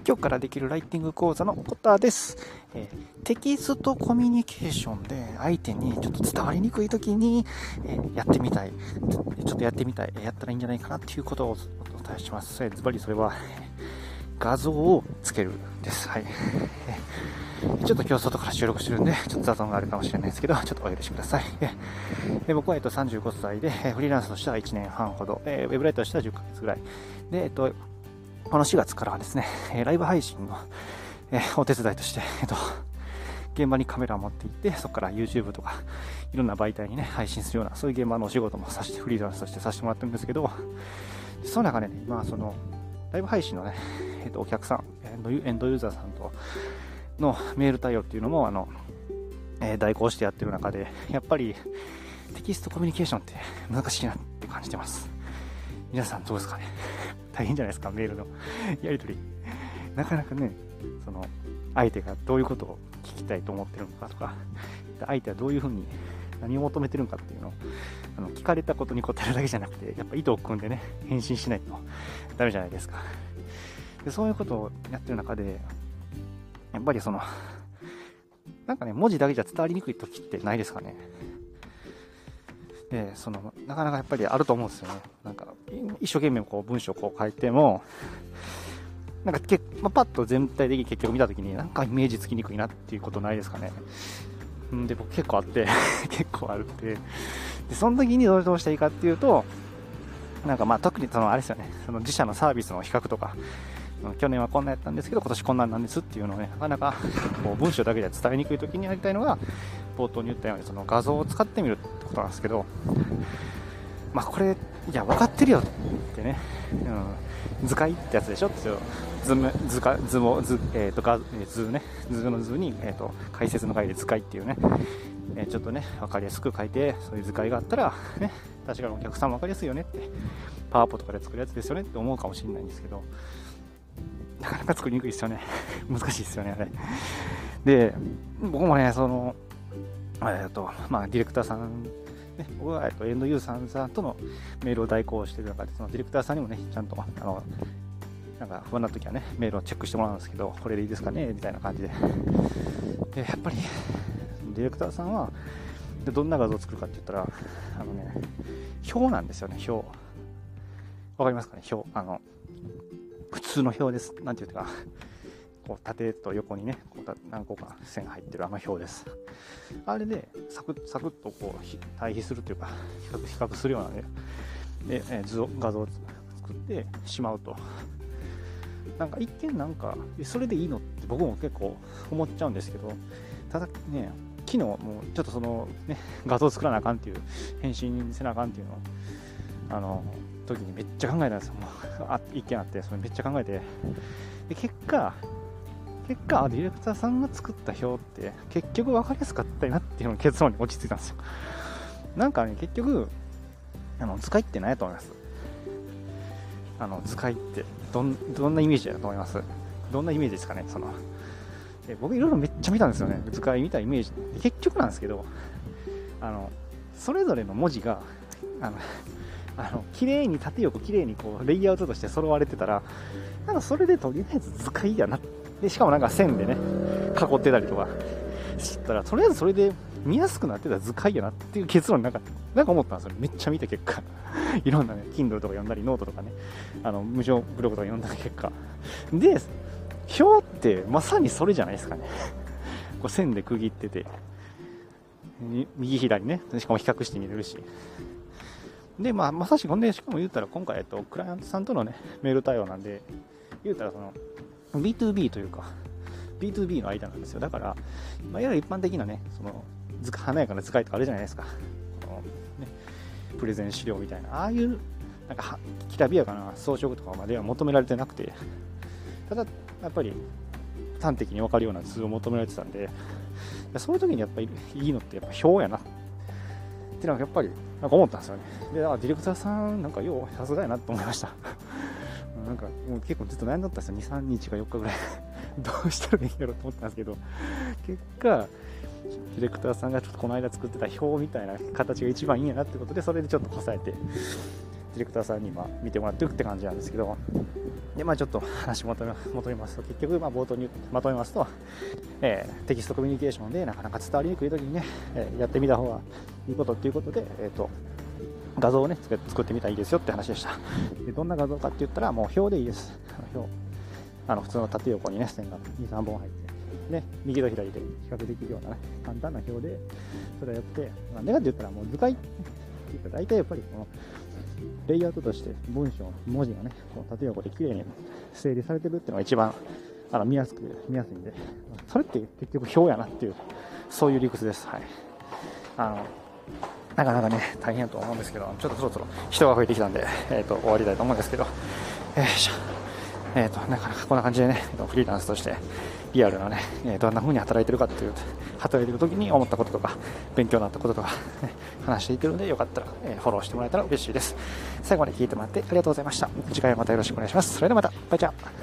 今日からできるライティング講座のコタです。テキストコミュニケーションで相手にちょっと伝わりにくいときに、やってみたい、やったらいいんじゃないかなっていうことをお伝えします。ズバリそれは画像をつけるです。はい。ちょっと今日外から収録してるんで、ちょっと雑音があるかもしれないですけど、ちょっとお許しください。僕は35歳で、フリーランスとしては1年半ほど、ウェブライターとしては10ヶ月ぐらい。で、この4月からはですね、ライブ配信の、お手伝いとして、現場にカメラを持って行って、そこから YouTube とか、いろんな媒体にね、配信するような、そういう現場のお仕事もフリーランスとしてさせてもらってるんですけど、その中でね、今、ライブ配信のね、お客さん、エンドユーザーさんとのメール対応っていうのも、代行してやってる中で、やっぱり、テキストコミュニケーションって難しいなって感じてます。皆さんどうですかね。大変じゃないですか、メールのやり取り。なかなかね、相手がどういうことを聞きたいと思ってるのかとか、相手はどういうふうに何を求めてるのかっていうのを、聞かれたことに答えるだけじゃなくて、やっぱ意図を組んでね、返信しないとダメじゃないですか。で、そういうことをやってる中で、やっぱりなんかね、文字だけじゃ伝わりにくい時ってないですかね。で、なかなかやっぱりあると思うんですよね。なんか、一生懸命文章を書いても、なんかパッと全体的に結局見たときに、なんかイメージつきにくいなっていうことないですかね。で、僕結構あって、結構あるって。で、その時にどうしたらいいかっていうと、なんか特にあれですよね、自社のサービスの比較とか、去年はこんなやったんですけど、今年こんなんですっていうのをね、なかなか文章だけでは伝えにくい時にやりたいのが、冒頭に言ったように画像を使ってみるってことなんですけど、これ、いや、分かってるよってね、図解ってやつでしょって、図の図に、解説の解で図解っていうね、ちょっとね、分かりやすく書いて、そういう図解があったら、ね、確かにお客さん分かりやすいよねって、パワポとかで作るやつですよねって思うかもしれないんですけど、なかなか作りにくいですよね。難しいですよね、あれ。で、僕もね、ディレクターさん、ね、僕は、エンドユーザーさんとのメールを代行している中で、ディレクターさんにもね、ちゃんと、なんか不安な時はね、メールをチェックしてもらうんですけど、これでいいですかねみたいな感じで。で、やっぱり、ディレクターさんは、どんな画像を作るかって言ったら、表なんですよね、表。わかりますかね、表。普通の表です。なんていうか、縦と横にね、何個か線が入ってる表です。あれで、サクッと対比するというか、比較するようなね、で、画像を作ってしまうと。なんか一見それでいいのって僕も結構思っちゃうんですけど、ただね、昨日もちょっと画像を作らなあかんっていう、返信せなあかんっていうのを、時にめっちゃ考えたんですよ。一件あって、それめっちゃ考えて、で結果ディレクターさんが作った表って結局分かりやすかったなっていうの結論に落ち着いたんですよ。なんかね、結局図解って何やと思います？図解ってどんなイメージだと思います？どんなイメージですかね？僕いろいろめっちゃ見たんですよね。図解見たイメージ。結局なんですけど、それぞれの文字が綺麗に縦横綺麗にレイアウトとして揃われてたら、なんかそれでとりあえず図解やな。でしかもなんか線でね囲ってたりとかしたら、とりあえずそれで見やすくなってたら図解やなっていう結論になんか思ったんですよ。めっちゃ見た結果いろんなね Kindle とか読んだりノートとかね、無償ブログとか読んだ結果で、表ってまさにそれじゃないですかね。線で区切ってて右左ね、しかも比較して見れるし、で、まさしくほんで、しかも言ったら今回、クライアントさんとのね、メール対応なんで、言ったらB2B というか、B2B の間なんですよ。だから、いわゆる一般的なね、華やかな図解とかあるじゃないですか。プレゼン資料みたいな、ああいう、なんか、きらびやかな装飾とかまでは求められてなくて、ただ、やっぱり、端的に分かるような図を求められてたんで、そういう時にやっぱりいいのってやっぱ表やな。ってなんかやっぱりなんか思ったんですよね。で、ディレクターさんなんかさすがやなと思いました。なんかもう結構ずっと悩んだったんですよ。2、3日か4日ぐらいどうしたらいいんやろうと思ったんですけど、結果ディレクターさんがちょっとこの間作ってた表みたいな形が一番いいんやなってことで、それでちょっとこさえてディレクターさんに見てもらってるって感じなんですけど、でちょっと話戻りますと、結局冒頭にまとめますと、テキストコミュニケーションでなかなか伝わりにくい時にね、やってみた方がいいことっていうことで、画像をね作ってみたらいいですよって話でした。でどんな画像かって言ったら、もう表でいいです。普通の縦横にね線が 2,3 本入ってね、右と左で比較できるようなね簡単な表でそれをやって、なんでかって言ったらもう図解っていうか、大体やっぱりこのレイアウトとして文字がねこう縦横で綺麗に整理されてるっていうのが一番見やすいんで、それって結局表やなっていう、そういう理屈です。はい。なかなかね大変だと思うんですけど、ちょっとそろそろ人が増えてきたんで、終わりたいと思うんですけど、なかなかこんな感じでね、フリーランスとしてリアルなね、どんな風に働いてるかっていう、働いてる時に思ったこととか勉強になったこととか、ね、話していってるので、よかったら、フォローしてもらえたら嬉しいです。最後まで聞いてもらってありがとうございました。次回はまたよろしくお願いします。それではまた、バイチャー。